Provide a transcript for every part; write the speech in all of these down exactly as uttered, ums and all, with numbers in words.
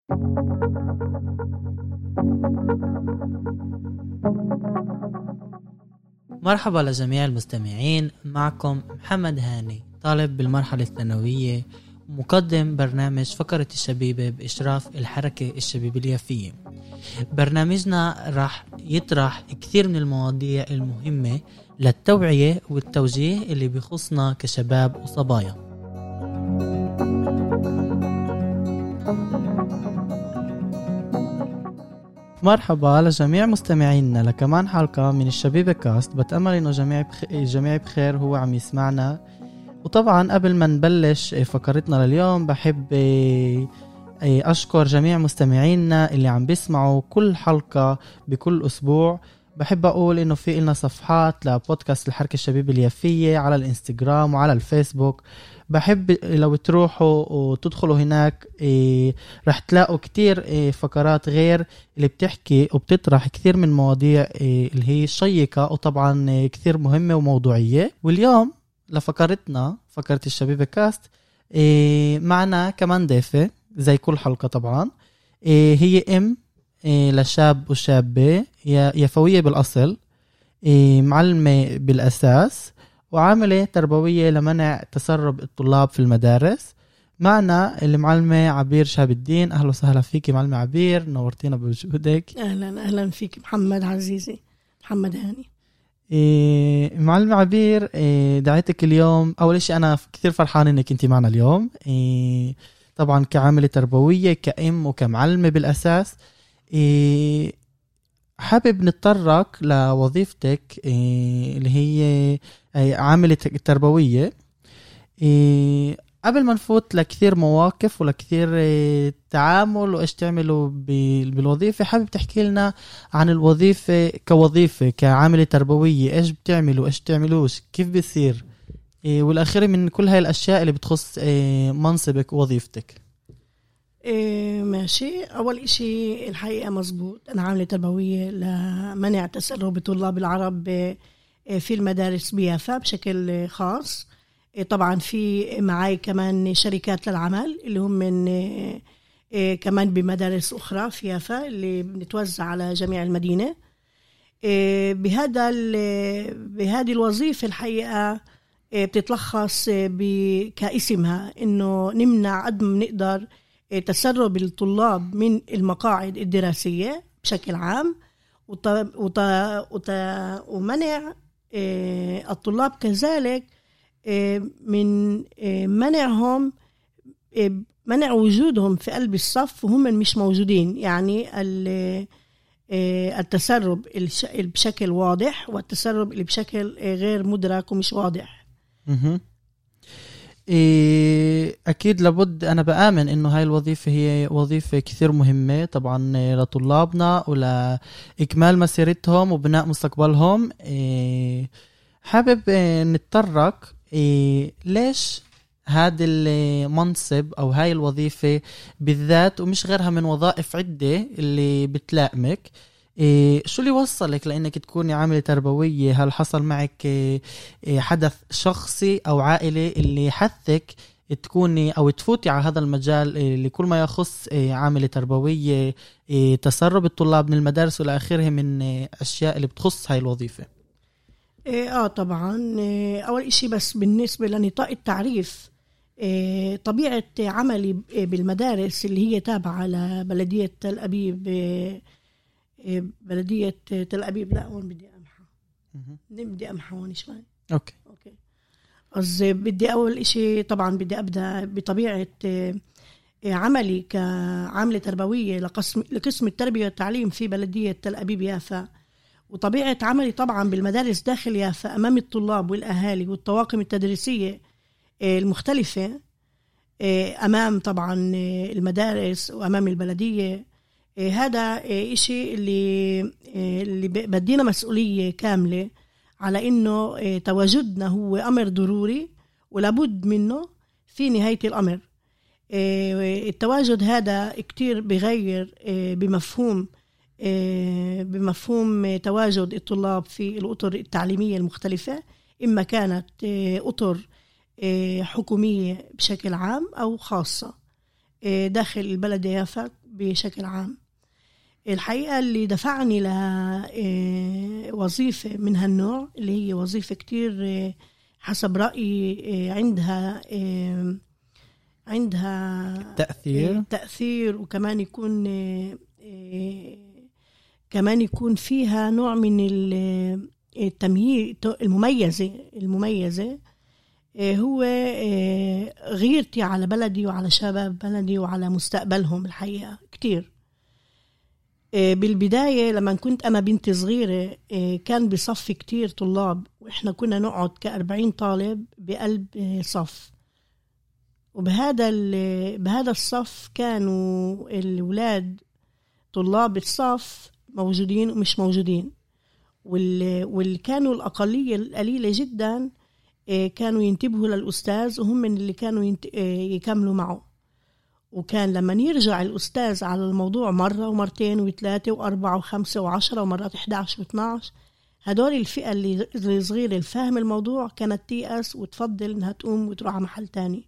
مرحبا لجميع المستمعين، معكم محمد هاني، طالب بالمرحلة الثانوية، مقدم برنامج فقرة الشبيبة بإشراف الحركة الشبيبة اليافية. برنامجنا راح يطرح كثير من المواضيع المهمة للتوعية والتوجيه اللي بيخصنا كشباب وصبايا. مرحبا لجميع مستمعينا لكمان حلقة من الشبيبة كاست. بتأمل إنه جميع بخ... جميع بخير هو عم يسمعنا. وطبعا قبل ما نبلش فقرتنا لليوم بحب أشكر جميع مستمعينا اللي عم بيسمعوا كل حلقة بكل أسبوع. بحب أقول إنه في إلنا صفحات لبودكاست الحركة الشبيبة اليافية على الإنستغرام وعلى الفيسبوك. بحب لو تروحوا وتدخلوا هناك إيه رح تلاقوا كتير إيه فقرات غير اللي بتحكي وبتطرح كثير من مواضيع إيه اللي هي شيقة وطبعا إيه كثير مهمة وموضوعية. واليوم لفقرتنا فقرة الشبيبة كاست إيه معنا كمان ضيفة زي كل حلقة طبعا. إيه هي ام إيه لشاب وشابة يفوية بالأصل، إيه معلمة بالأساس، وعاملة تربوية لمنع تسرب الطلاب في المدارس. معنا المعلمة عبير شهاب الدين. أهلا وسهلا فيك معلمة عبير، نورتينا بوجودك. أهلا أهلا فيك محمد عزيزي، محمد هاني. إيه معلمة عبير، إيه دعيتك اليوم. أول شيء أنا كثير فرحان إنك أنت معنا اليوم، إيه طبعا كعاملة تربوية كأم وكمعلمة بالأساس. إيه حابب نتطرق لوظيفتك إيه اللي هي إيه عاملة تربوية. إيه قبل ما نفوت لكثير مواقف ولكثير إيه تعامل وإيش تعملوا بالوظيفة، حابب تحكي لنا عن الوظيفة كوظيفة كعاملة تربوية. إيش بتعملوا إيش تعملوش، كيف بيصير إيه والأخير من كل هاي الأشياء اللي بتخص إيه منصبك ووظيفتك. إيه ماشي. أول إشي الحقيقة مزبوط، أنا عاملة تربوية لمنع تسرب طلاب العرب في المدارس بيافا بشكل خاص. إيه طبعا في معاي كمان شركات للعمل اللي هم من إيه كمان بمدارس أخرى في يافا اللي بنتوزع على جميع المدينة. إيه بهذا بهذه الوظيفة الحقيقة إيه بتتلخص كاسمها إنه نمنع قد ما بنقدر تسرب الطلاب من المقاعد الدراسية بشكل عام، وط... وط... وط... ومنع الطلاب كذلك من منعهم منع وجودهم في قلب الصف وهم مش موجودين. يعني التسرب بشكل واضح والتسرب اللي بشكل غير مدرك ومش واضح. أكيد لابد، أنا بآمن إنه هاي الوظيفة هي وظيفة كثير مهمة طبعا لطلابنا ولإكمال مسيرتهم وبناء مستقبلهم. حابب نتطرق ليش هذا المنصب أو هاي الوظيفة بالذات ومش غيرها من وظائف عدة اللي بتلائمك. إيه شو اللي وصلك لأنك تكوني عاملة تربوية؟ هل حصل معك إيه حدث شخصي أو عائلي اللي حثك تكوني أو تفوتي على هذا المجال اللي كل ما يخص إيه عاملة تربوية، إيه تسرب الطلاب من المدارس والى آخره من إيه أشياء اللي بتخص هاي الوظيفة؟ إيه آه طبعا. إيه أول إشي بس بالنسبة لنطاق التعريف، إيه طبيعة عملي بالمدارس اللي هي تابعة لبلدية تل أبيب، إيه بلدية تل أبيب. لا هون بدي أمحى بدي أمحى هون شوي. أوكي أوكي أز بدي أول إشي طبعا بدي أبدأ بطبيعة عملي كعاملة تربوية لقسم لقسم التربية والتعليم في بلدية تل أبيب يافا. وطبيعة عملي طبعا بالمدارس داخل يافا أمام الطلاب والأهالي والطواقم التدريسية المختلفة، أمام طبعا المدارس وأمام البلدية. هذا إشي اللي اللي بدينا مسؤولية كاملة على إنه تواجدنا هو أمر ضروري ولابد منه في نهاية الأمر. التواجد هذا كتير بغير بمفهوم بمفهوم تواجد الطلاب في الأطر التعليمية المختلفة، إما كانت أطر حكومية بشكل عام أو خاصة داخل البلد يافا بشكل عام. الحقيقة اللي دفعني لوظيفة من هالنوع اللي هي وظيفة كتير حسب رأيي عندها عندها تأثير تأثير وكمان يكون كمان يكون فيها نوع من التمييز المميزة المميزة هو غيرتي على بلدي وعلى شباب بلدي وعلى مستقبلهم. الحقيقة كتير بالبداية لما كنت أنا بنت صغيرة كان بصف كتير طلاب، وإحنا كنا نقعد كأربعين طالب بقلب صف، وبهذا بهذا الصف كانوا الأولاد طلاب الصف موجودين ومش موجودين، واللي كانوا الأقلية القليلة جدا كانوا ينتبهوا للأستاذ وهم من اللي كانوا يكملوا معه. وكان لما يرجع الأستاذ على الموضوع مرة ومرتين وثلاثة وأربعة وخمسة وعشرة ومرات إحدى عشر واثناش، هدول الفئة اللي صغيرة الفهم الموضوع كانت تيأس وتفضل إنها تقوم وتروح على محل تاني.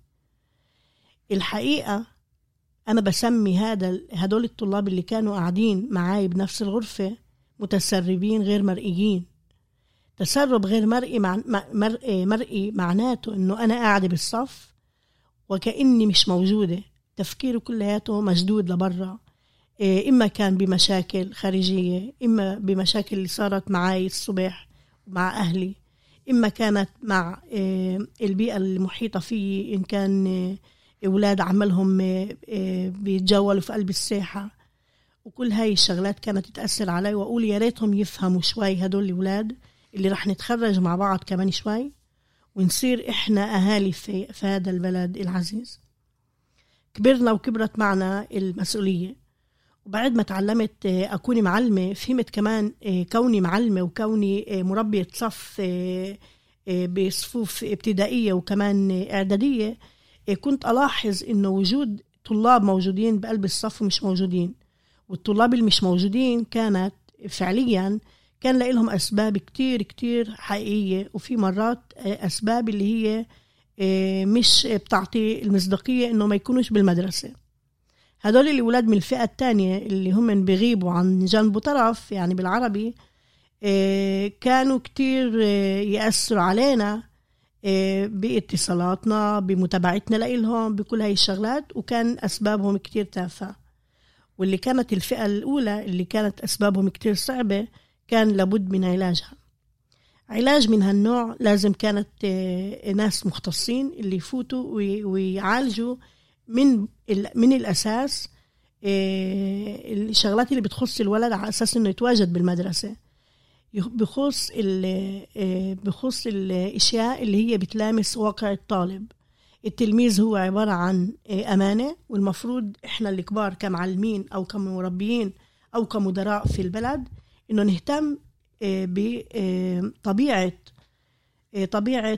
الحقيقة أنا بسمي هذا هدول الطلاب اللي كانوا قاعدين معاي بنفس الغرفة متسربين غير مرئيين. تسرب غير مرئي مع مرئي, مرئي معناته إنه أنا قاعدة بالصف وكأني مش موجودة، تفكيره كلياته مشدود لبرا، إما كان بمشاكل خارجية، إما بمشاكل اللي صارت معي الصبح مع أهلي، إما كانت مع البيئة المحيطة فيه، إن كان أولاد عملهم بيتجولوا في قلب الساحة، وكل هاي الشغلات كانت تتأثر علي. وأقول يا ريتهم يفهموا شوي هدول الأولاد اللي رح نتخرج مع بعض كمان شوي ونصير إحنا أهالي في, في هذا البلد العزيز. كبرنا وكبرت معنا المسؤولية، وبعد ما تعلمت أكوني معلمة فهمت كمان كوني معلمة وكوني مربية صف بصفوف ابتدائية وكمان إعدادية، كنت ألاحظ إنه وجود طلاب موجودين بقلب الصف ومش موجودين، والطلاب اللي مش موجودين كانت فعليا كان لهم أسباب كتير كتير حقيقية، وفي مرات أسباب اللي هي مش بتعطي المصداقية إنه ما يكونوش بالمدرسة. هدول الأولاد من الفئة الثانية اللي هم بيغيبوا عن جنب طرف يعني بالعربي كانوا كتير يأثروا علينا باتصالاتنا بمتابعتنا لإلهم بكل هاي الشغلات، وكان أسبابهم كتير تافهة. واللي كانت الفئة الأولى اللي كانت أسبابهم كتير صعبة كان لابد من علاجها. علاج من هالنوع لازم كانت ناس مختصين اللي يفوتوا ويعالجوا من من الأساس الشغلات اللي بتخص الولد على أساس إنه يتواجد بالمدرسة، بخص بخص الأشياء اللي هي بتلامس واقع الطالب. التلميذ هو عبارة عن أمانة، والمفروض إحنا الكبار كمعلمين أو كمربيين أو كمدراء في البلد إنه نهتم بطبيعة طبيعة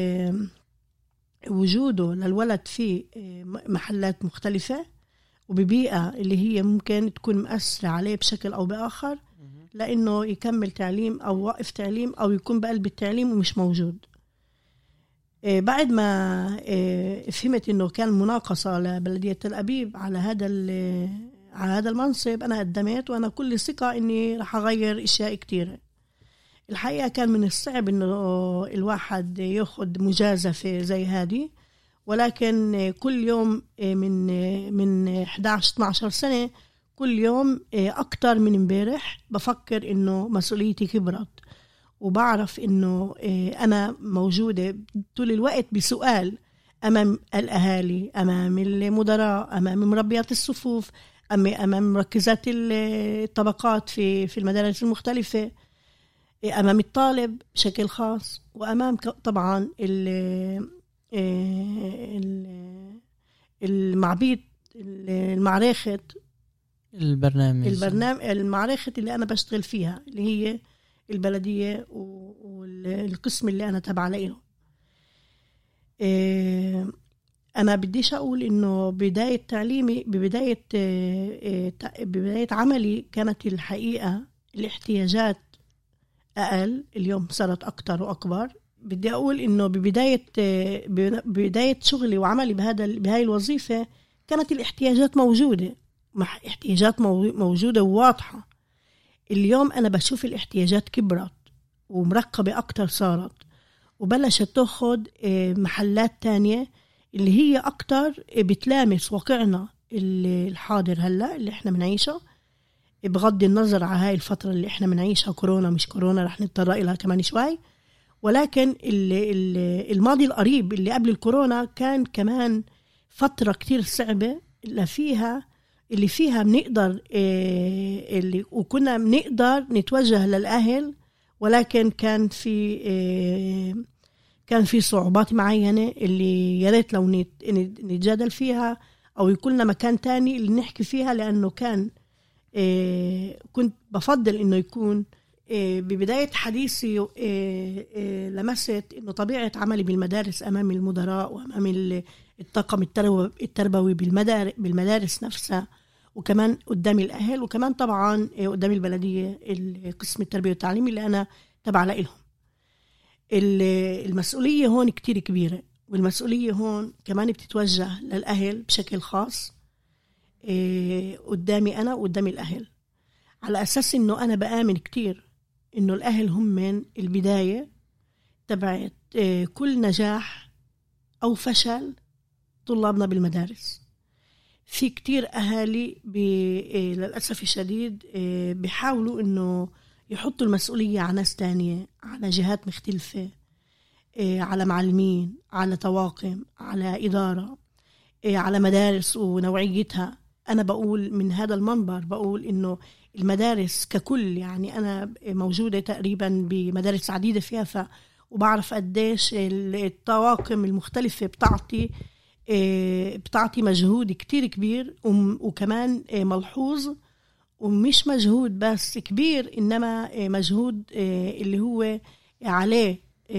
وجوده للولد في محلات مختلفة وببيئة اللي هي ممكن تكون مؤثرة عليه بشكل أو بآخر، لأنه يكمل تعليم أو وقف تعليم أو يكون بقلب التعليم ومش موجود. بعد ما فهمت إنه كان مناقصة لبلدية تل أبيب على هذا على هذا المنصب، أنا قدمت وأنا كل ثقة إني رح أغير أشياء كتيرة. الحقيقة كان من الصعب إنه الواحد يأخذ مجازفة زي هذه، ولكن كل يوم من من إحدى عشر اثنا عشر سنة كل يوم أكتر من امبارح بفكر إنه مسؤوليتي كبرت، وبعرف إنه أنا موجودة طول الوقت بسؤال أمام الأهالي، أمام المدراء، أمام مربيات الصفوف، أمام مركزات الطبقات في في المدارس المختلفة، أمام الطالب بشكل خاص، وأمام طبعا المعبيد المعرخة البرنامج البرنامج المعرخة اللي أنا بشتغل فيها اللي هي البلدية والقسم اللي أنا تابعة له. أنا بديش أقول إنه بداية تعليمي ببداية ببداية عملي كانت الحقيقة الاحتياجات أقل، اليوم صارت أكتر وأكبر. بدي أقول إنه ببداية ببداية شغلي وعملي بهذا بهاي الوظيفة كانت الاحتياجات موجودة احتياجات موجودة وواضحة. اليوم أنا بشوف الاحتياجات كبرت ومرقبة أكتر صارت، وبلشت تأخذ محلات تانية اللي هي أكتر بتلامس واقعنا الحاضر هلأ اللي إحنا منعيشه، بغض النظر على هاي الفترة اللي إحنا منعيشها، كورونا مش كورونا رح نضطر إلها كمان شوي. ولكن الماضي القريب اللي قبل الكورونا كان كمان فترة كتير صعبة اللي فيها اللي فيها بنقدر اللي وكنا بنقدر نتوجه للأهل، ولكن كان في كان في صعوبات معينة اللي يا ريت لو نتجادل فيها أو يكون لنا مكان تاني اللي نحكي فيها، لأنه كان كنت بفضل إنه يكون ببداية حديثي لمست إنه طبيعة عملي بالمدارس أمام المدراء وأمام الطاقم التربوي بالمدارس بالمدارس نفسها، وكمان قدام الأهل، وكمان طبعا قدام البلدية القسم التربية والتعليم اللي أنا تبع لهم. المسؤولية هون كتير كبيرة، والمسؤولية هون كمان بتتوجه للأهل بشكل خاص قدامي أنا وقدام الأهل، على أساس إنه أنا بآمن كتير إنه الأهل هم من البداية تبعت كل نجاح أو فشل طلابنا بالمدارس. في كتير أهالي للأسف الشديد بيحاولوا إنه يحطوا المسؤولية على ناس تانية، على جهات مختلفة، على معلمين، على طواقم، على إدارة، على مدارس ونوعيتها. أنا بقول من هذا المنبر بقول إنه المدارس ككل، يعني أنا موجودة تقريبا بمدارس عديدة فيها ف وبعرف قديش الطواقم المختلفة بتعطي بتعطي مجهود كتير كبير، وكمان ملحوظ، ومش مجهود بس كبير إنما مجهود اللي هو عليه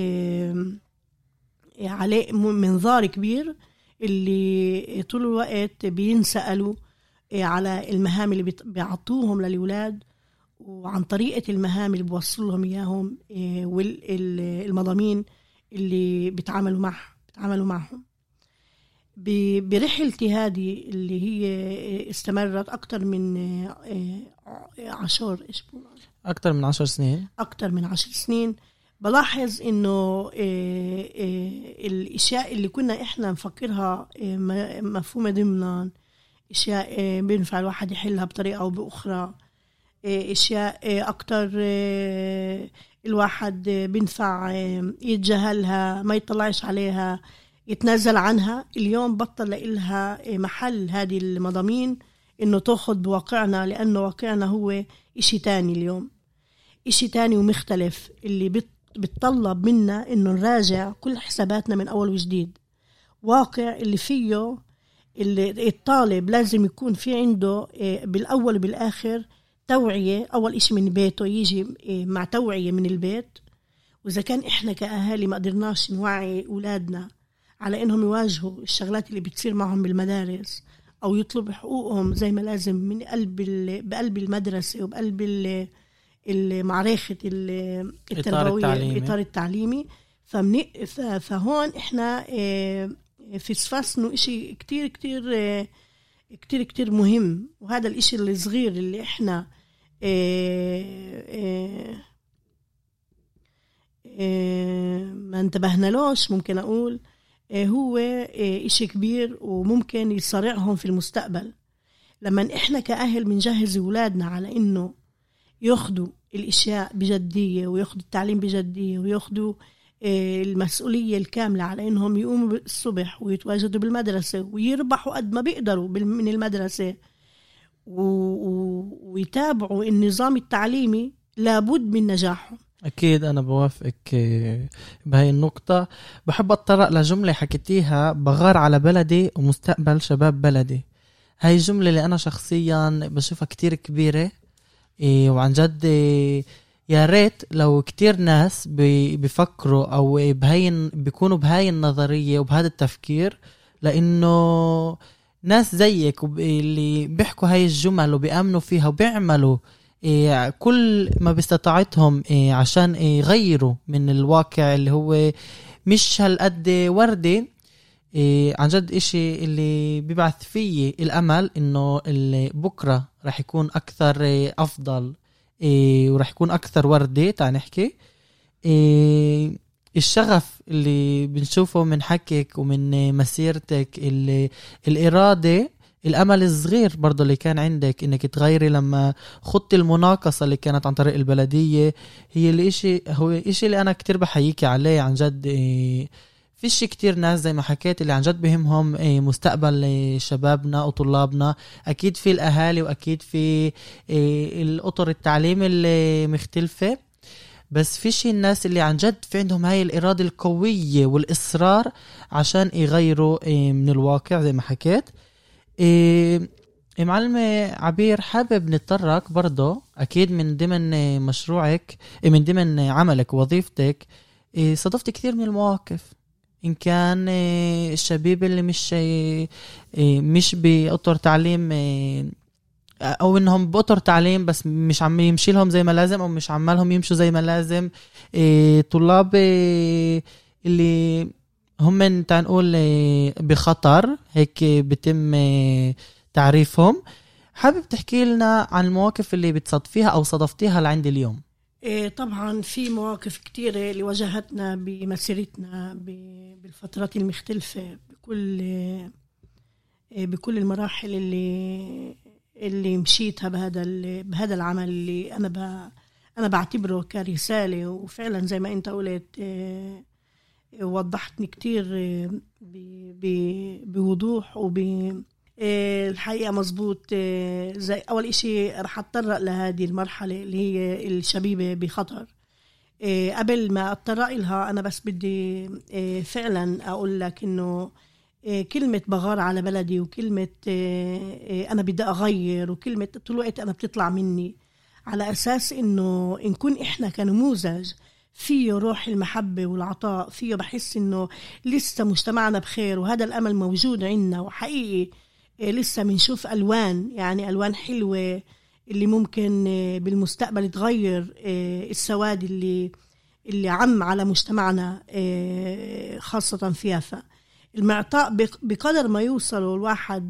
عليه منظار كبير، اللي طول الوقت بينسألوا على المهام اللي بيعطوهم للأولاد، وعن طريقة المهام اللي بوصل لهم إياهم، والمضامين اللي بيتعاملوا مع بيتعاملوا معهم. برحلتي هذه اللي هي استمرت أكتر من عشر أكتر من عشر سنين أكتر من عشر سنين بلاحظ إنه الأشياء اللي كنا إحنا نفكرها مفهومة ضمنا، أشياء بينفع الواحد يحلها بطريقة أو بأخرى، أشياء أكتر الواحد بينفع يتجاهلها، ما يطلعش عليها، يتنازل عنها. اليوم بطل لها محل هذه المضامين إنه تأخذ بواقعنا، لأنه واقعنا هو إشي تاني اليوم، إشي تاني ومختلف، اللي بتطلب منا إنه نراجع كل حساباتنا من أول وجديد. واقع اللي فيه اللي الطالب لازم يكون في عنده بالأول وبالآخر توعية، أول إشي من بيته، يجي مع توعية من البيت. وإذا كان إحنا كأهالي ما قدرناش نوعي أولادنا على إنهم يواجهوا الشغلات اللي بتصير معهم بالمدارس، أو يطلب حقوقهم زي ما لازم من قلب بقلب المدرسة وبقلب المعركة التربوية، الإطار التعليمي، فهون إحنا في صفاس إنه إشي كتير كتير كتير كتير مهم. وهذا الإشي الصغير اللي إحنا ما انتبهنا لوش، ممكن أقول هو إشي كبير وممكن يصارعهم في المستقبل. لما إحنا كأهل بنجهز أولادنا على إنه يأخذوا الإشياء بجدية، ويأخذوا التعليم بجدية، ويأخذوا المسؤولية الكاملة على إنهم يقوموا الصبح ويتواجدوا بالمدرسة ويربحوا قد ما بيقدروا من المدرسة، ويتابعوا النظام التعليمي، لابد من نجاحهم. أكيد أنا بوافقك بهاي النقطة. بحب أتطرق لجملة حكيتيها: بغار على بلدي ومستقبل شباب بلدي. هاي الجملة اللي أنا شخصيا بشوفها كتير كبيرة، وعن جد يا ريت لو كتير ناس بيفكروا أو بهاي بيكونوا بهاي النظرية وبهذا التفكير، لأنه ناس زيك اللي بيحكوا هاي الجمل وبيأمنوا فيها وبيعملوا كل ما باستطاعتهم عشان يغيروا من الواقع اللي هو مش هالقد وردي. إيه عن جد إشي اللي بيبعث فيه الأمل إنه اللي بكرة رح يكون أكثر إيه أفضل، إيه ورح يكون أكثر وردي. تعال نحكي إيه الشغف اللي بنشوفه من حكيك ومن مسيرتك، اللي الإرادة، الأمل الصغير برضو اللي كان عندك إنك تغيري لما خدت المناقصة اللي كانت عن طريق البلدية، هي الإشي هو إشي اللي أنا كتير بحييكي عليه عن جد. إيه فيش كتير ناس زي ما حكيت اللي عن جد بهمهم إيه مستقبل شبابنا وطلابنا. أكيد في الأهالي وأكيد في إيه الأطر التعليم اللي مختلفة، بس فيش الناس اللي عن جد في عندهم هاي الإرادة القوية والإصرار عشان يغيروا إيه من الواقع زي ما حكيت. إيه معلمة عبير، حابب نتطرق برضو أكيد من ضمن مشروعك، من ضمن عملك ووظيفتك، إيه صادفت كثير من المواقف، إن كان إيه الشباب اللي مش إيه مش بأطر تعليم إيه أو إنهم بأطر تعليم بس مش عم يمشي لهم زي ما لازم أو مش عمالهم يمشوا زي ما لازم، إيه طلاب إيه اللي هم تنقول بخطر هيك بتم تعريفهم. حابب تحكي لنا عن المواقف اللي بتصادفيها أو صادفتيها لعند اليوم؟ إيه طبعا في مواقف كتيرة اللي واجهتنا بمسيرتنا بالفترات المختلفة بكل بكل المراحل اللي اللي مشيتها بهذا بهذا العمل اللي أنا ب أنا بعتبره كرسالة. وفعلا زي ما أنت قلت إيه وضحتني كتير بوضوح وبالحقيقة مزبوط. زي أول إشي رح أتطرق لهذه المرحلة اللي هي الشبيبة بخطر. قبل ما أتطرق لها أنا بس بدي فعلا أقول لك إنه كلمة بغار على بلدي وكلمة أنا بدي أغير وكلمة طول الوقت أنا بتطلع مني على أساس إنه نكون إحنا كنموذج فيه روح المحبة والعطاء، فيه بحس إنه لسه مجتمعنا بخير وهذا الأمل موجود عنا. وحقيقي لسه منشوف ألوان، يعني ألوان حلوة اللي ممكن بالمستقبل تغير السواد اللي اللي عم على مجتمعنا خاصة في يافا. المعطاء بقدر ما يوصلوا الواحد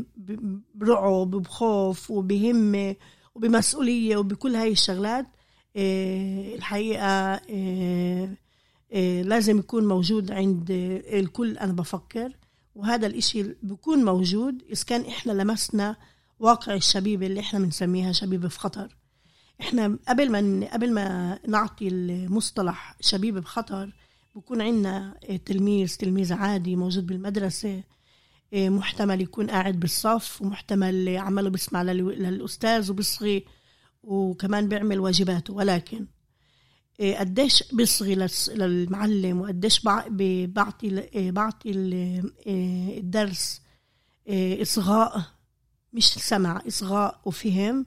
برعب وبخوف وبهمة وبمسؤولية وبكل هاي الشغلات، إيه الحقيقة إيه إيه لازم يكون موجود عند الكل. أنا بفكر وهذا الإشي بيكون موجود إذا كان إحنا لمسنا واقع الشبيبة اللي إحنا بنسميها شبيبة في خطر. إحنا قبل ما قبل ما نعطي المصطلح شبيبة بخطر بيكون عندنا تلميذ تلميذ عادي موجود بالمدرسة، إيه محتمل يكون قاعد بالصف ومحتمل عمله بيسمع للأستاذ وبيصغي وكمان بيعمل واجباته، ولكن قديش بيصغي للمعلم وقديش بعطي بعطي الدرس إصغاء مش سمع، إصغاء وفهم،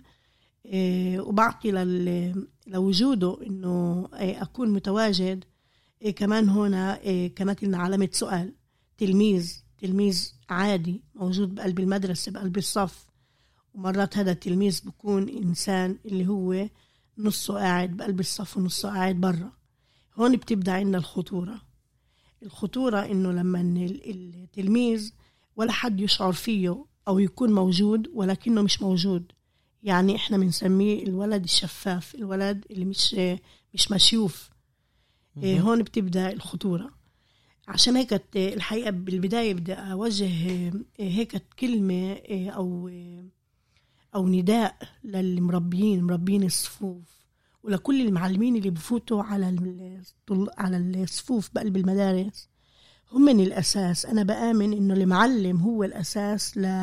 وبعطي لوجوده إنه أكون متواجد. كمان هنا كانت لنا علامة سؤال. تلميذ تلميذ عادي موجود بقلب المدرسة بقلب الصف، ومرات هذا التلميذ بيكون إنسان اللي هو نصه قاعد بقلب الصف ونصه قاعد برا. هون بتبدأ عندنا الخطورة. الخطورة إنه لما التلميذ ولا حد يشعر فيه أو يكون موجود ولكنه مش موجود، يعني إحنا بنسميه الولد الشفاف، الولد اللي مش مش مشيوف. هون بتبدأ الخطورة. عشان هيك الحقيقة بالبداية بدي أوجه هيك كلمة أو أو نداء للمربيين مربين الصفوف ولكل المعلمين اللي بفوتوا على على الصفوف بقلب المدارس. هم من الأساس. أنا بآمن إنه المعلم هو الأساس ل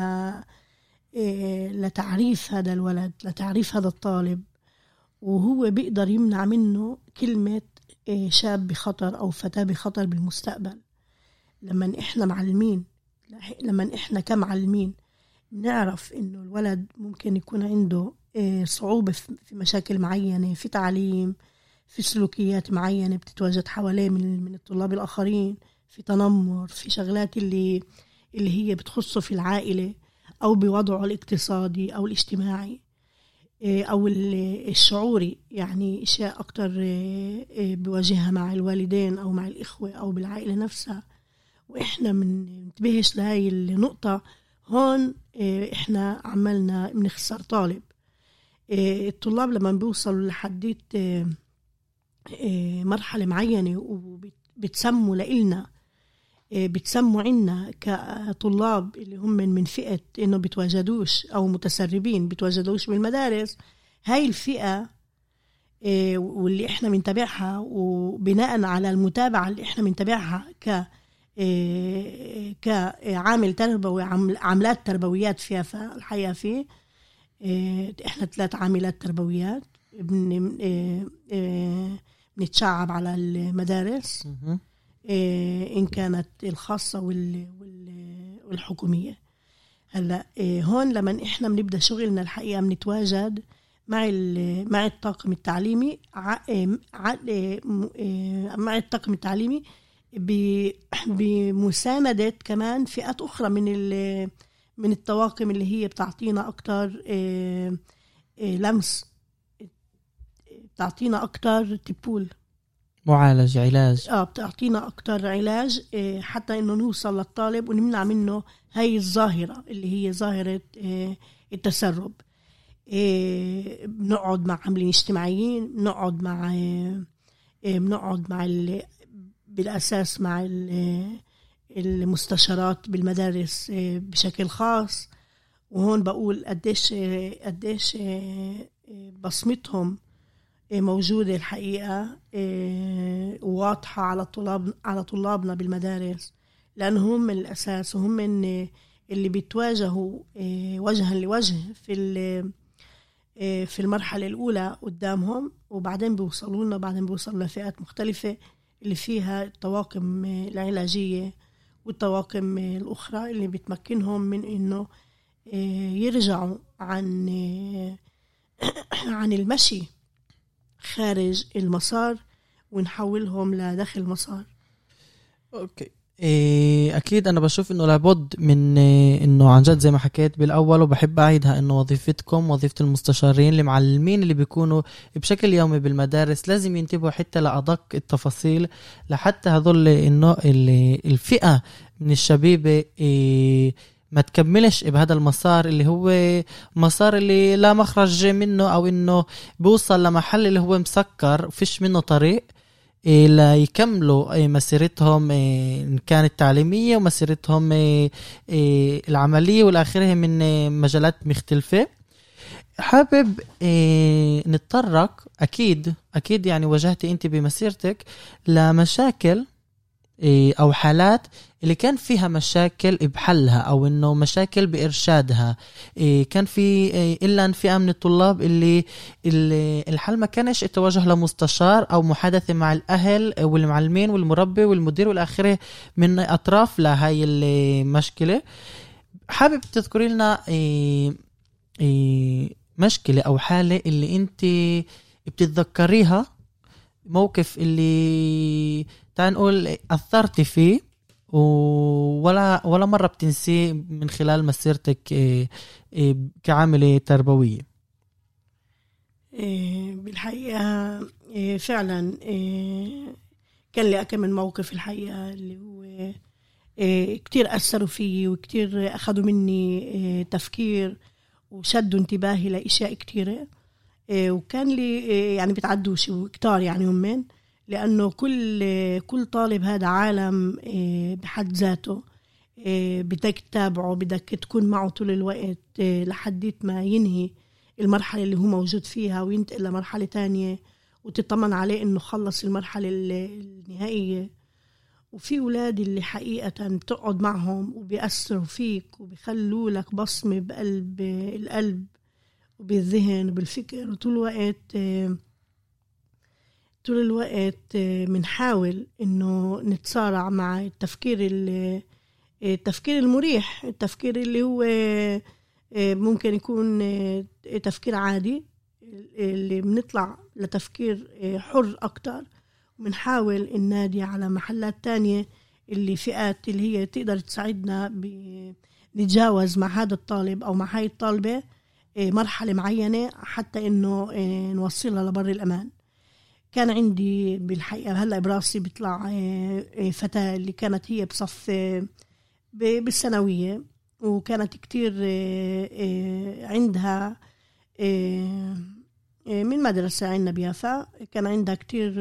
لتعريف هذا الولد، لتعريف هذا الطالب، وهو بيقدر يمنع منه كلمة شاب بخطر أو فتاة بخطر بالمستقبل. لما إحنا معلمين لما إحنا كمعلمين نعرف إنه الولد ممكن يكون عنده صعوبة في مشاكل معينة في تعليم، في سلوكيات معينة بتتواجد حواليه من من الطلاب الآخرين، في تنمر، في شغلات اللي اللي هي بتخصه في العائلة أو بوضعه الاقتصادي أو الاجتماعي أو الشعوري، يعني أشياء أكتر بواجهها مع الوالدين أو مع الإخوة أو بالعائلة نفسها. وإحنا من ننتبهش لهاي النقطة هون إحنا عملنا بنخسر طالب. الطلاب لما بيوصلوا لحديت مرحلة معينة وبتسموا لإلنا بتسموا عنا كطلاب اللي هم من فئة إنه بتواجدوش أو متسربين بتواجدوش بالمدارس، هاي الفئة واللي إحنا بنتابعها وبناء على المتابعة اللي إحنا بنتابعها ك كعامل تربوي عملات تربويات فيها الحقيقة فيه إحنا ثلاث عاملات تربويات بنتشعب على المدارس إن كانت الخاصة والحكومية. هلا هون لما إحنا بنبدأ شغلنا الحقيقة بنتواجد مع مع الطاقم التعليمي مع الطاقم التعليمي بمساندة كمان فئات أخرى من من الطواقم اللي هي بتعطينا أكتر لمس، بتعطينا أكتر تبول معالج علاج اه بتعطينا أكتر علاج حتى إنه نوصل للطالب ونمنع منه هاي الظاهرة اللي هي ظاهرة التسرب. بنقعد مع عاملين اجتماعيين، بنقعد مع بنقعد مع بالأساس مع المستشارات بالمدارس بشكل خاص. وهون بقول قديش قديش بصمتهم موجودة الحقيقة واضحة على الطلاب على طلابنا بالمدارس، لأنهم من الأساس وهم من اللي بيتواجهوا وجها لوجه في في المرحلة الأولى قدامهم، وبعدين بيوصلوا لنا بعدين بيوصلوا لفئات مختلفة اللي فيها الطواقم العلاجية والطواقم الأخرى اللي بتمكنهم من إنه يرجعوا عن عن المشي خارج المسار ونحولهم لداخل المسار. أوكي. أكيد أنا بشوف إنه لابد من إنه عن جد زي ما حكيت بالأول وبحب أعيدها إنه وظيفتكم وظيفة المستشارين المعلمين اللي بيكونوا بشكل يومي بالمدارس لازم ينتبهوا حتى لأدق التفاصيل لحتى هذول إنه الفئة من الشبيبة ما تكملش بهذا المسار اللي هو مسار اللي لا مخرج منه أو إنه بيوصل لمحل اللي هو مسكر فيش منه طريق لا يكملوا مسيرتهم إن كانت تعليمية ومسيرتهم العملية والآخرها من مجالات مختلفة. حابب نتطرق أكيد أكيد يعني واجهت أنت بمسيرتك لمشاكل أو حالات اللي كان فيها مشاكل بحلها أو إنه مشاكل بإرشادها، كان في إلا أن فئة من الطلاب اللي الحل ما كانش التوجه لمستشار أو محادثة مع الأهل والمعلمين والمربي والمدير والآخره من أطراف لهاي المشكلة. حابب تذكري لنا مشكلة أو حالة اللي أنت بتتذكريها، موقف اللي تعال نقول أثرت فيه ولا ولا مرة بتنسيه من خلال مسيرتك كعاملة تربوية؟ بالحقيقة فعلا كان لي أكم من موقف الحقيقة اللي هو كتير أثروا فيه وكتير أخذوا مني تفكير وشدوا انتباهي لأشياء كتيرة، وكان لي يعني بتعدوش وكتار يعني يومين، لأنه كل كل طالب هذا عالم بحد ذاته، بدك تتابعه بدك تكون معه طول الوقت لحديت ما ينهي المرحلة اللي هو موجود فيها وينتقل لمرحلة تانية وتطمن عليه إنه خلص المرحلة النهائية. وفي أولاد اللي حقيقة بتقعد معهم وبيأثروا فيك وبيخلوا لك بصمة بقلب القلب وبالذهن وبالفكر، وطول الوقت طول الوقت بنحاول إنه نتصارع مع التفكير التفكير المريح، التفكير اللي هو ممكن يكون تفكير عادي، اللي بنطلع لتفكير حر أكتر وبنحاول النادي على محلات تانية اللي فئات اللي هي تقدر تساعدنا نتجاوز مع هذا الطالب أو مع هاي الطالبة مرحلة معينة حتى إنه نوصلها لبر الأمان. كان عندي بالحقيقة هلأ براسي بيطلع فتاة اللي كانت هي بصف بالثانوية، وكانت كتير عندها من مدرسة عندنا بيافا، كان عندها كتير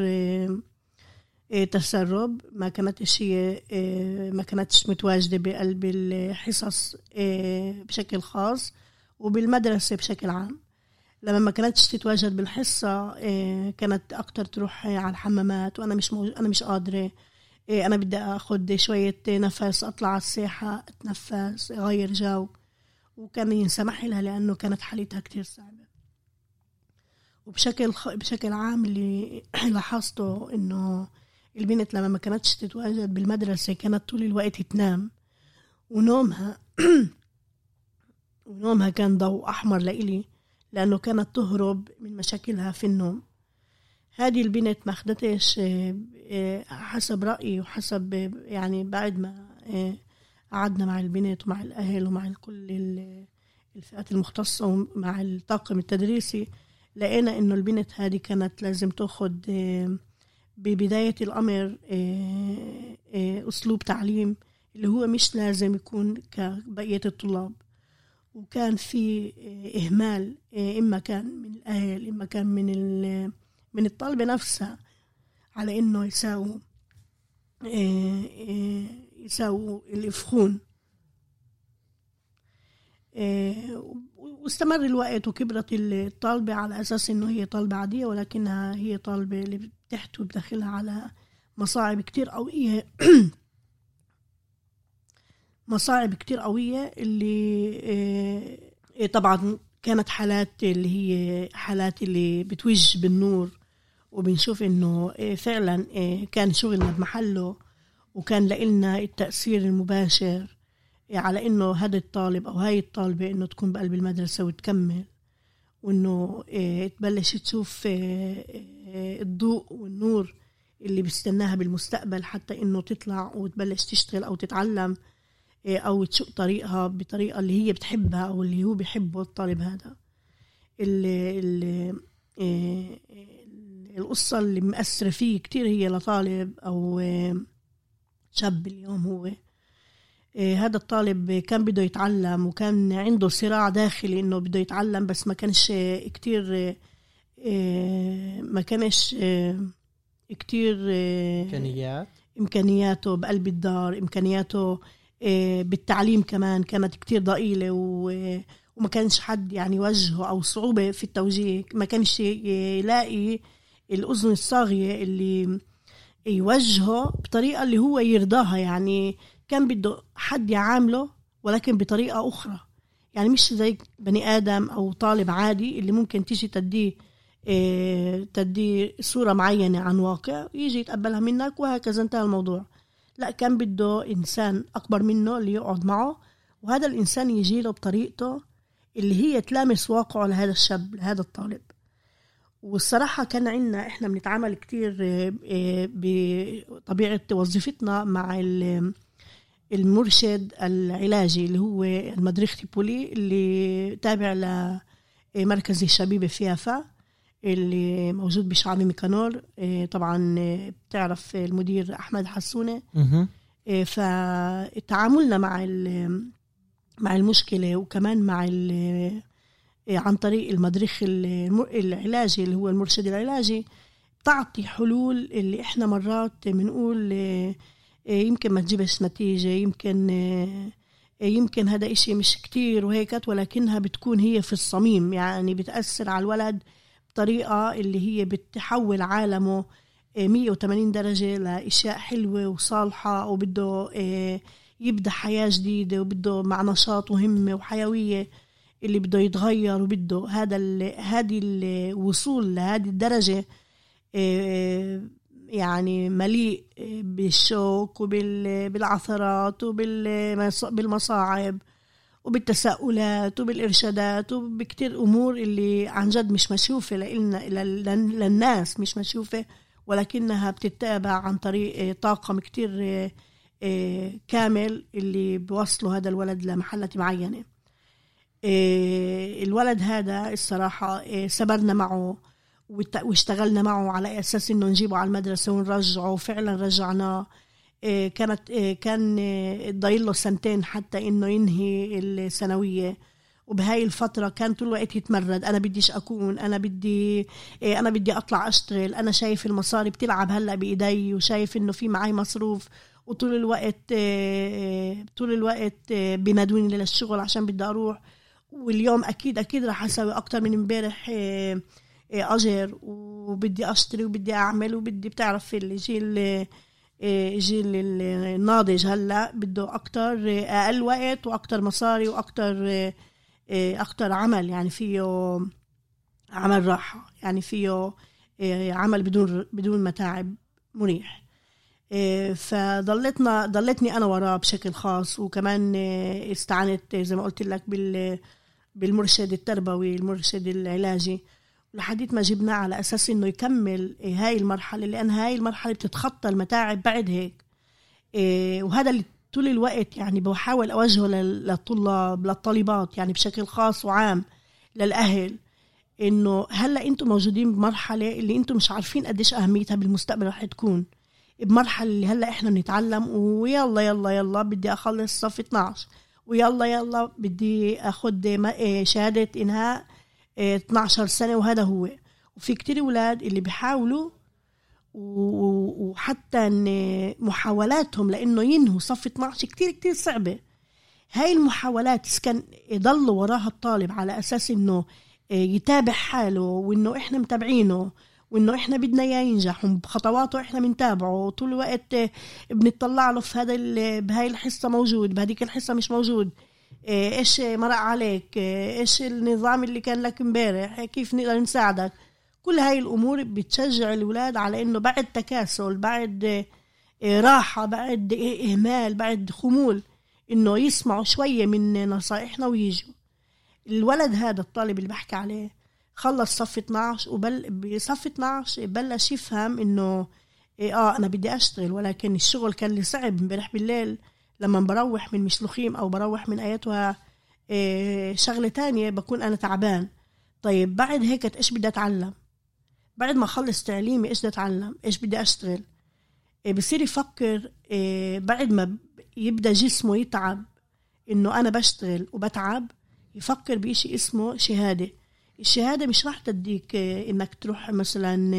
تسرب، ما كانتش هي ما كانتش متواجدة بقلب الحصص بشكل خاص وبالمدرسة بشكل عام. لما ما كانتش تتواجد بالحصة كانت أكتر تروح على الحمامات، وأنا مش موج... أنا مش قادرة، أنا بدي أخذ شوية نفس، أطلع على الساحة أتنفس أغير جو، وكان ينسمح لها لأنه كانت حالتها كتير صعبة. وبشكل خ... بشكل عام اللي لاحظته إنه البنت لما ما كانتش تتواجد بالمدرسة كانت طول الوقت تنام، ونومها ونومها كان ضوء أحمر لإلي، لأنه كانت تهرب من مشاكلها في النوم. هذه البنت ما أخدتش حسب رأيي وحسب يعني بعد ما قعدنا مع البنت ومع الأهل ومع كل الفئات المختصة ومع الطاقم التدريسي، لقينا إنه البنت هذه كانت لازم تأخذ ببداية الأمر أسلوب تعليم اللي هو مش لازم يكون كبقية الطلاب. وكان في إهمال، إما كان من الأهل إما كان من من الطالبة نفسها، على إنه يساووا يساووا الإفخون. واستمر الوقت وكبرت الطالبة على أساس إنه هي طالبة عادية، ولكنها هي طالبة اللي بتحتوي بداخلها على مصاعب كتير قوية مصاعب كتير قوية اللي طبعا كانت حالات اللي هي حالات اللي بتوج بالنور، وبنشوف إنه فعلا كان شغلنا بمحله، وكان لنا التأثير المباشر على إنه هذا الطالب أو هاي الطالبة إنه تكون بقلب المدرسة وتكمل، وإنه تبلش تشوف الضوء والنور اللي بيستناها بالمستقبل، حتى إنه تطلع وتبلش تشتغل أو تتعلم أو تشق طريقها بطريقة اللي هي بتحبها أو اللي هو بيحبه الطالب هذا. اللي اللي القصة اللي مأثرة فيه كتير هي لطالب أو شاب اليوم، هو هذا الطالب كان بده يتعلم وكان عنده صراع داخلي إنه بده يتعلم، بس ما كانش كتير ما كانش كتير إمكانيات إمكانياته بقلب الدار، إمكانياته بالتعليم كمان كانت كتير ضئيلة، وما كانش حد يعني يوجهه أو صعوبة في التوجيه، ما كانش يلاقي الأذن الصاغية اللي يوجهه بطريقة اللي هو يرضاها. يعني كان بده حد يعامله ولكن بطريقة أخرى، يعني مش زي بني آدم أو طالب عادي اللي ممكن تيجي تديه تديه صورة معينة عن واقع يجي يتقبلها منك وهكذا انتهى الموضوع. لا، كان بده إنسان أكبر منه اللي يقعد معه، وهذا الإنسان يجيله بطريقته اللي هي تلامس واقعه لهذا الشاب لهذا الطالب. والصراحة كان عندنا إحنا بنتعامل كتير بطبيعة وظيفتنا مع المرشد العلاجي اللي هو المدرخ تيبولي اللي تابع لمركز الشبيبة في يافا اللي موجود بشعبي ميكانور. طبعا بتعرف المدير أحمد حسونة. فتعاملنا مع مع المشكلة وكمان مع عن طريق المدرخ العلاجي اللي هو المرشد العلاجي تعطي حلول اللي احنا مرات بنقول يمكن ما تجيبش نتيجة، يمكن يمكن هذا إشي مش كتير وهيك، ولكنها بتكون هي في الصميم، يعني بتأثر على الولد بطريقة اللي هي بتحول عالمه مية وثمانين درجة لأشياء حلوة وصالحة، وبده يبدأ حياة جديدة وبده مع نشاط وهمة وحيوية اللي بده يتغير، وبده هذا هذه الوصول لهذه الدرجة يعني مليء بالشوك وبالعثرات وبالمصاعب وبالتساؤلات وبالإرشادات وبكتير أمور اللي عن جد مش مشوفة لإلنا للناس، مش مشوفة، ولكنها بتتابع عن طريق طاقم كتير كامل اللي بيوصلوا هذا الولد لمحلة معينة. الولد هذا الصراحة سبرنا معه واشتغلنا معه على أساس إنه نجيبه على المدرسة ونرجعه، وفعلا رجعناه. كانت كان ضايل له سنتين حتى إنه ينهي الثانوية، وبهاي الفترة كان طول الوقت يتمرد، أنا بديش أكون، أنا بدي أنا بدي أطلع أشتغل، أنا شايف المصاري بتلعب هلأ بإيدي، وشايف إنه في معي مصروف، وطول الوقت طول الوقت بينادوني للشغل عشان بدي أروح، واليوم أكيد أكيد رح أسوي أكتر من امبارح أجر، وبدي أشتري وبدي أعمل وبدي، بتعرف الجيل جيل الناضج هلأ بده أكتر أقل وقت وأكتر مصاري وأكتر أكتر عمل، يعني فيه عمل راحة، يعني فيه عمل بدون بدون متاعب مريح. فضلتنا ضلتني أنا وراه بشكل خاص، وكمان استعنت زي ما قلت لك بال بالمرشد التربوي المرشد العلاجي لحديت ما جبناه على أساس إنه يكمل هاي المرحلة، لأن هاي المرحلة بتتخطى المتاعب بعد هيك. وهذا اللي طول الوقت يعني بحاول أوجهه للطلاب للطالبات يعني بشكل خاص وعام للأهل، إنه هلأ أنتم موجودين بمرحلة اللي أنتم مش عارفين قديش أهميتها بالمستقبل رح تكون، بمرحلة اللي هلأ إحنا بنتعلم ويلا يلا يلا بدي أخلص صف اثناشر، ويلا يلا بدي أخد شهادة إنهاء اثناشر سنة، وهذا هو. وفي كتير أولاد اللي بيحاولوا وحتى إن محاولاتهم لأنه ينهوا صف اثناشر كتير كتير صعبة. هاي المحاولات كان يضلوا وراها الطالب على أساس إنه يتابع حاله، وإنه إحنا متابعينه، وإنه إحنا بدنا ينجح بخطواته، إحنا بنتابعه طول الوقت، بنطلع له في هذا بهاي الحصة موجود، بهذيك الحصة مش موجود، إيش مرق عليك، إيش النظام اللي كان لك امبارح، كيف نقدر نساعدك. كل هاي الأمور بتشجع الأولاد على إنه بعد تكاسل، بعد راحة، بعد إهمال، بعد خمول، إنه يسمعوا شوية من نصائحنا ويجوا. الولد هذا الطالب اللي بحكي عليه خلص صف اثناشر، وبل بصف اثناشر بلش يفهم إنه آه أنا بدي أشتغل، ولكن الشغل كان لي صعب امبارح بالليل لما بروح من مشلوخيم أو بروح من أيتها إيه شغلة تانية بكون أنا تعبان. طيب بعد هيك إيش بدي أتعلم؟ بعد ما أخلص تعليمي إيش بدي أتعلم؟ إيش بدي أشتغل؟ إيه بصير يفكر إيه بعد ما يبدأ جسمه يتعب إنه أنا بشتغل وبتعب، يفكر بإشي اسمه شهادة. الشهادة مش راح تديك إيه إنك تروح مثلا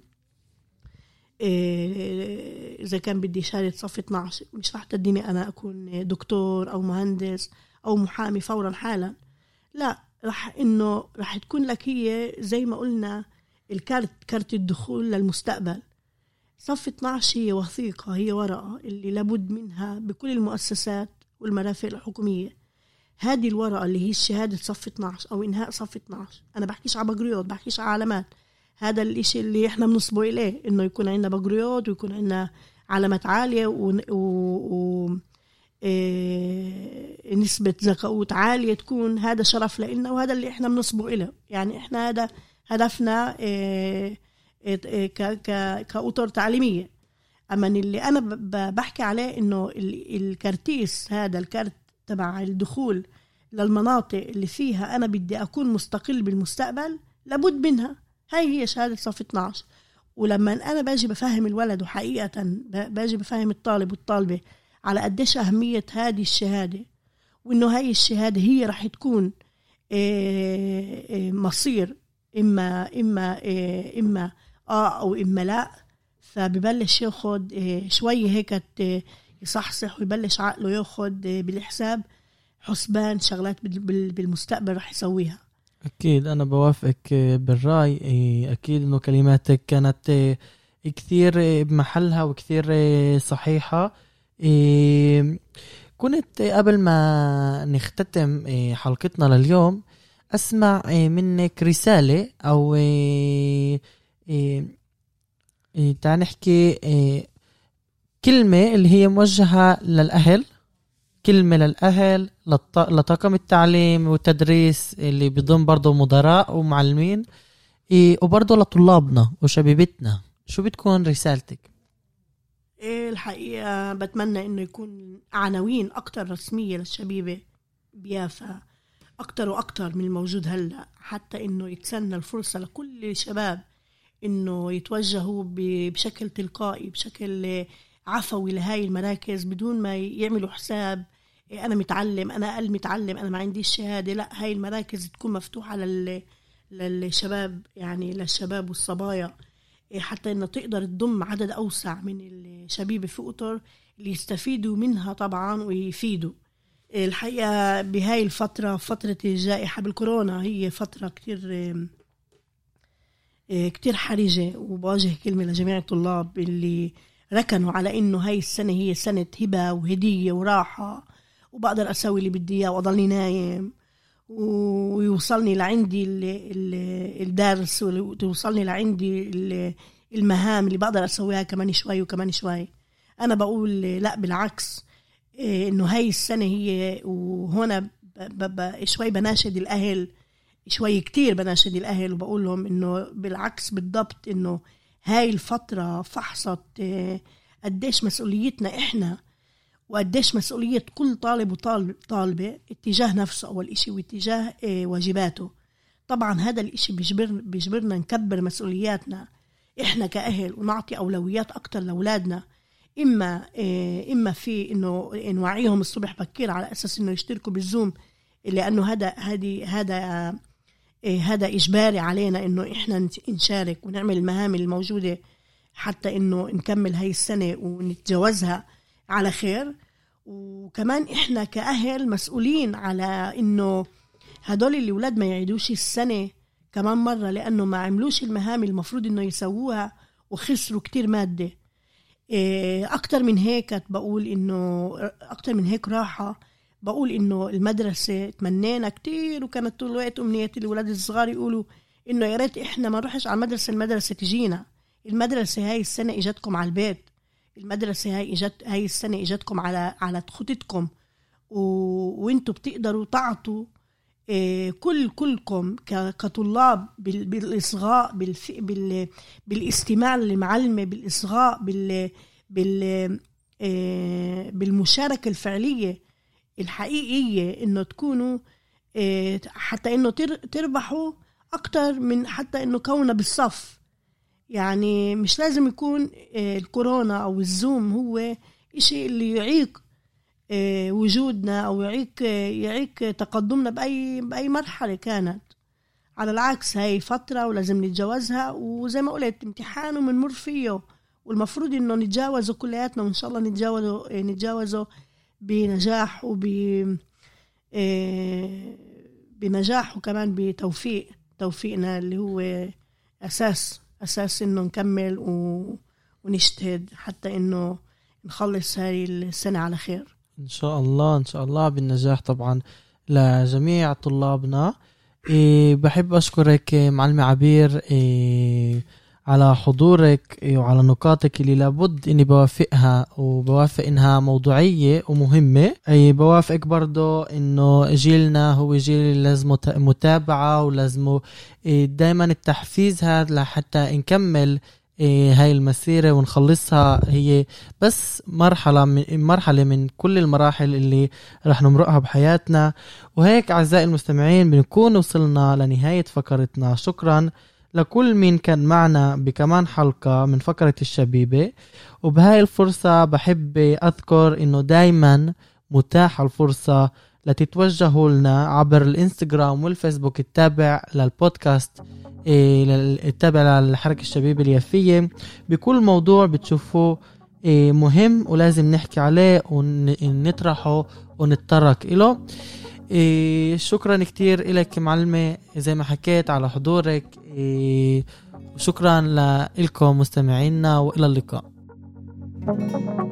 إيه إذا كان بدي شهادة صف اثناشر مش راح تديني أنا أكون دكتور أو مهندس أو محامي فورا حالا، لا، راح إنه راح تكون لك هي زي ما قلنا الكارت، كارت الدخول للمستقبل. صف اثناشر هي وثيقة، هي ورقة اللي لابد منها بكل المؤسسات والمرافق الحكومية. هذه الورقة اللي هي الشهادة صف اثناشر أو إنهاء صف اثناشر. أنا بحكيش على بقريات، بحكيش على علامات، هذا الإشي اللي إحنا بنصبو إليه، إنه يكون عندنا بقريات ويكون عندنا علامات عالية و, و... و... إيه... نسبة ذكاء عالية تكون، هذا شرف لنا وهذا اللي إحنا بنصبو إليه. يعني إحنا هذا هدفنا إيه... إيه... ك... ك... كأطر تعليمية. أما اللي أنا ب... بحكي عليه إنه ال... الكارتيس، هذا الكارت تبع الدخول للمناطق اللي فيها أنا بدي أكون مستقل بالمستقبل، لابد منها. هاي هي شهادة صف اثناشر. ولما أنا باجي بفهم الولد، وحقيقة باجي بفهم الطالب والطالبة على قديش أهمية هذه الشهادة، وإنه هاي الشهادة هي رح تكون مصير إما إما إما آه أو إما لا، فببلش ياخد شوية هيك يصحصح ويبلش عقله ياخد بالحساب حسبان شغلات بالمستقبل رح يسويها. أكيد أنا بوافقك بالرأي. أكيد إنه كلماتك كانت كثير بمحلها وكثير صحيحة. كنت قبل ما نختتم حلقتنا لليوم أسمع منك رسالة أو تعال نحكي كلمة اللي هي موجهة للأهل، كلمة للأهل، لطاقم التعليم والتدريس اللي بيضم برضو مدراء ومعلمين، إيه وبرضو لطلابنا وشبيبتنا. شو بتكون رسالتك؟ إيه الحقيقة بتمنى إنه يكون عناوين أكتر رسمية للشبيبة بيافا، أكتر وأكتر من الموجود هلأ، حتى إنه يتسنى الفرصة لكل الشباب إنه يتوجهوا بشكل تلقائي بشكل عفوي لهاي المراكز بدون ما يعملوا حساب أنا متعلم أنا أقل متعلم أنا ما عنديش شهادة. لا، هاي المراكز تكون مفتوحة لل للشباب يعني للشباب والصبايا حتى إنه تقدر تضم عدد أوسع من الشبيبة في أطر اللي يستفيدوا منها طبعا ويفيدوا. الحقيقة بهاي الفترة فترة الجائحة بالكورونا هي فترة كتير كتير حرجة، وبواجه كلمة لجميع الطلاب اللي ركنوا على إنه هاي السنة هي سنة هبة وهدية وراحة وبقدر أسوي اللي بدي إياه وأضلني نايم ويوصلني لعندي الدرس ويوصلني لعندي المهام اللي بقدر أسويها كمان شوي وكمان شوي. أنا بقول لا، بالعكس، إنه هاي السنة هي، وهنا شوي بناشد الأهل، شوي كتير بناشد الأهل وبقول لهم إنه بالعكس بالضبط، إنه هاي الفترة فحصت قديش مسؤوليتنا إحنا وقديش مسؤولية كل طالب وطالبة اتجاه نفسه أول إشي واتجاه واجباته. طبعا هذا الإشي بيجبر بيجبرنا نكبر مسؤولياتنا إحنا كأهل ونعطي أولويات أكتر لأولادنا، إما إما في إنه نوعيهم الصبح بكير على أساس إنه يشتركوا بالزوم، لأنه هذا هذه هذا هذا إجباري علينا إنه إحنا نشارك ونعمل المهام الموجودة حتى إنه نكمل هاي السنة ونتجاوزها على خير. وكمان إحنا كأهل مسؤولين على إنه هدول اللي ولاد ما يعيدوش السنة كمان مرة، لأنه ما عملوش المهام المفروض إنه يسووها وخسروا كتير مادة. أكتر من هيك بقول إنه أكتر من هيك راحة، بقول إنه المدرسة تمنينا كتير وكانت طول الوقت أمنيات الولاد الصغار يقولوا إنه يا ريت إحنا ما نروحش على المدرسة، المدرسة تجينا. المدرسة هاي السنة إجتكم على البيت، المدرسة هاي إجت هاي السنة إجتكم على على خطتكم، و... وإنتوا بتقدروا تعطوا إيه كل كلكم كطلاب بال... بالإصغاء بالف... بال... بالاستماع للمعلمة، بالإصغاء بال... بال... إيه بالمشاركة الفعلية الحقيقية، إنه تكونوا إيه حتى إنه تر... تربحوا أكتر من حتى إنه كوننا بالصف. يعني مش لازم يكون الكورونا أو الزوم هو إشي اللي يعيق وجودنا أو يعيق يعيق تقدمنا بأي بأي مرحلة كانت. على العكس، هاي فترة ولازم نتجاوزها، وزي ما قلت امتحان ومنمر فيه، والمفروض إنه نتجاوزه كلياتنا، وإن شاء الله نتجاوزه نتجاوزه بنجاح وب بنجاح وكمان بتوفيق توفيقنا اللي هو أساس أساس إنه نكمل و... ونجتهد حتى إنه نخلص هاي السنة على خير إن شاء الله. إن شاء الله بالنجاح طبعا لجميع طلابنا. إيه بحب أشكرك معلمة عبير إيه على حضورك إيه وعلى نقاطك اللي لابد إني بوافقها، وبوافق إنها موضوعية ومهمة. أي بوافقك برضو إنه جيلنا هو جيل لازم متابعة ولازم إيه دايما التحفيز هذا لحتى نكمل إيه هاي المسيرة ونخلصها. هي بس مرحلة من مرحلة من كل المراحل اللي رح نمرقها بحياتنا. وهيك أعزائي المستمعين بنكون وصلنا لنهاية فقرتنا. شكرا لكل مين كان معنا بكمان حلقة من فقرة الشبيبة. وبهاي الفرصة بحب أذكر إنه دايما متاحة الفرصة لتتوجهوا لنا عبر الانستغرام والفيسبوك التابع للبودكاست، التابع للحركة الشبيبة اليافية، بكل موضوع بتشوفوه مهم ولازم نحكي عليه ونطرحه ونتطرق إله. إيه شكرا كتير لك معلمة زي ما حكيت على حضورك. إيه شكرا لكم مستمعينا وإلى اللقاء.